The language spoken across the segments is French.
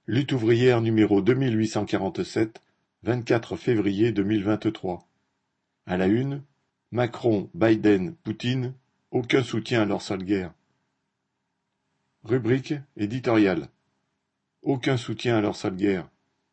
Lutte ouvrière numéro 2847, 24 février 2023. À la une, Macron, Biden, Poutine, aucun soutien à leur sale guerre. Rubrique éditoriale. Aucun soutien à leur sale guerre.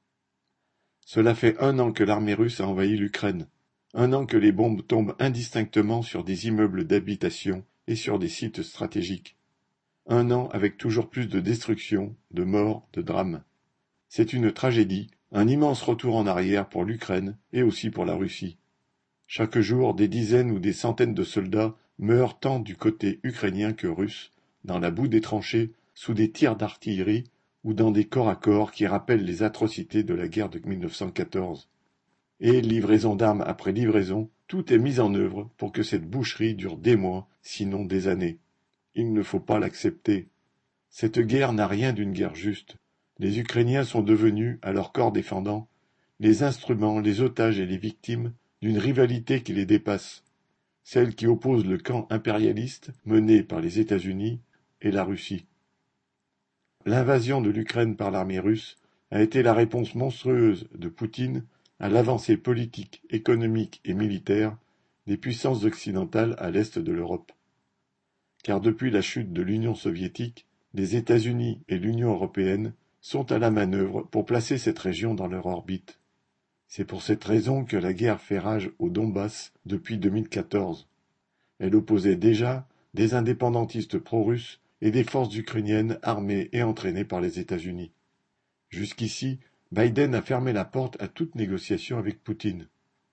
Cela fait 1 an que l'armée russe a envahi l'Ukraine. 1 an que les bombes tombent indistinctement sur des immeubles d'habitation et sur des sites stratégiques. 1 an avec toujours plus de destruction, de morts, de drames. C'est une tragédie, un immense retour en arrière pour l'Ukraine et aussi pour la Russie. Chaque jour, des dizaines ou des centaines de soldats meurent tant du côté ukrainien que russe, dans la boue des tranchées, sous des tirs d'artillerie ou dans des corps à corps qui rappellent les atrocités de la guerre de 1914. Et, livraison d'armes après livraison, tout est mis en œuvre pour que cette boucherie dure des mois, sinon des années. Il ne faut pas l'accepter. Cette guerre n'a rien d'une guerre juste. Les Ukrainiens sont devenus, à leur corps défendant, les instruments, les otages et les victimes d'une rivalité qui les dépasse, celle qui oppose le camp impérialiste mené par les États-Unis et la Russie. L'invasion de l'Ukraine par l'armée russe a été la réponse monstrueuse de Poutine à l'avancée politique, économique et militaire des puissances occidentales à l'est de l'Europe. Car depuis la chute de l'Union soviétique, les États-Unis et l'Union européenne sont à la manœuvre pour placer cette région dans leur orbite. C'est pour cette raison que la guerre fait rage au Donbass depuis 2014. Elle opposait déjà des indépendantistes pro-russes et des forces ukrainiennes armées et entraînées par les États-Unis. Jusqu'ici, Biden a fermé la porte à toute négociation avec Poutine.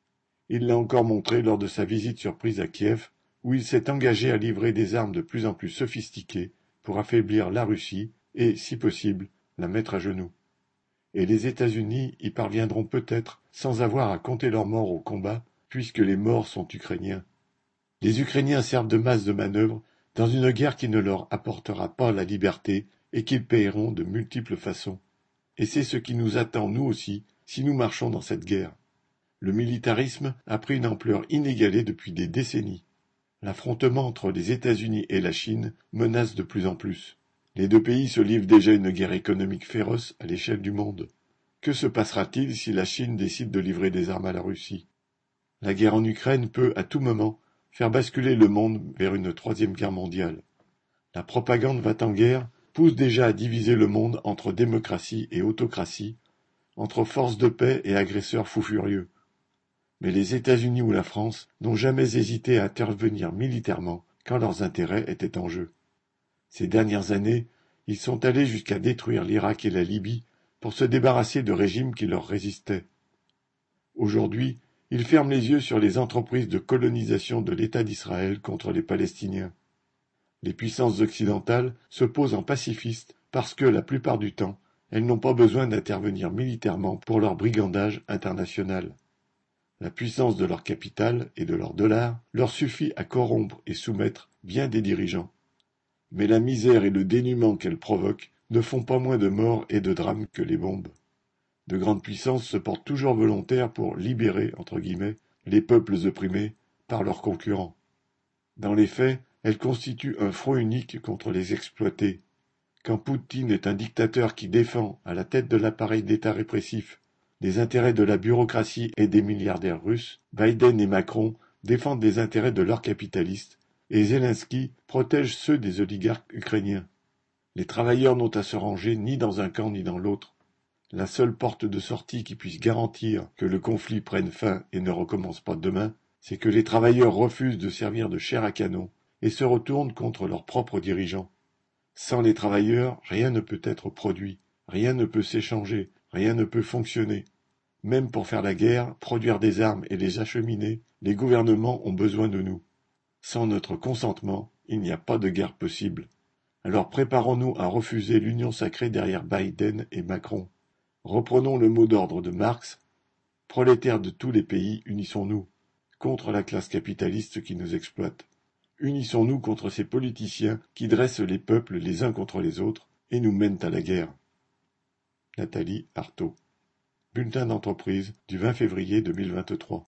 Il l'a encore montré lors de sa visite surprise à Kiev, où il s'est engagé à livrer des armes de plus en plus sophistiquées pour affaiblir la Russie et, si possible, la mettre à genoux. Et les États-Unis y parviendront peut-être sans avoir à compter leurs morts au combat, puisque les morts sont ukrainiens. Les Ukrainiens servent de masse de manœuvre dans une guerre qui ne leur apportera pas la liberté et qu'ils paieront de multiples façons. Et c'est ce qui nous attend, nous aussi, si nous marchons dans cette guerre. Le militarisme a pris une ampleur inégalée depuis des décennies. L'affrontement entre les États-Unis et la Chine menace de plus en plus. Les deux pays se livrent déjà une guerre économique féroce à l'échelle du monde. Que se passera-t-il si la Chine décide de livrer des armes à la Russie? La guerre en Ukraine peut, à tout moment, faire basculer le monde vers une troisième guerre mondiale. La propagande va-t-en-guerre pousse déjà à diviser le monde entre démocratie et autocratie, entre forces de paix et agresseurs fous furieux. Mais les États-Unis ou la France n'ont jamais hésité à intervenir militairement quand leurs intérêts étaient en jeu. Ces dernières années, ils sont allés jusqu'à détruire l'Irak et la Libye pour se débarrasser de régimes qui leur résistaient. Aujourd'hui, ils ferment les yeux sur les entreprises de colonisation de l'État d'Israël contre les Palestiniens. Les puissances occidentales se posent en pacifistes parce que, la plupart du temps, elles n'ont pas besoin d'intervenir militairement pour leur brigandage international. La puissance de leur capital et de leur dollar leur suffit à corrompre et soumettre bien des dirigeants. Mais la misère et le dénuement qu'elles provoquent ne font pas moins de morts et de drames que les bombes. De grandes puissances se portent toujours volontaires pour libérer, entre guillemets, les peuples opprimés par leurs concurrents. Dans les faits, elles constituent un front unique contre les exploités. Quand Poutine est un dictateur qui défend, à la tête de l'appareil d'État répressif, les intérêts de la bureaucratie et des milliardaires russes, Biden et Macron défendent les intérêts de leurs capitalistes, et Zelensky protège ceux des oligarques ukrainiens. Les travailleurs n'ont à se ranger ni dans un camp ni dans l'autre. La seule porte de sortie qui puisse garantir que le conflit prenne fin et ne recommence pas demain, c'est que les travailleurs refusent de servir de chair à canon et se retournent contre leurs propres dirigeants. Sans les travailleurs, rien ne peut être produit, rien ne peut s'échanger, rien ne peut fonctionner. Même pour faire la guerre, produire des armes et les acheminer, les gouvernements ont besoin de nous. Sans notre consentement, il n'y a pas de guerre possible. Alors préparons-nous à refuser l'union sacrée derrière Biden et Macron. Reprenons le mot d'ordre de Marx. Prolétaires de tous les pays, unissons-nous contre la classe capitaliste qui nous exploite. Unissons-nous contre ces politiciens qui dressent les peuples les uns contre les autres et nous mènent à la guerre. Nathalie Arthaud. Bulletin d'entreprise du 20 février 2023.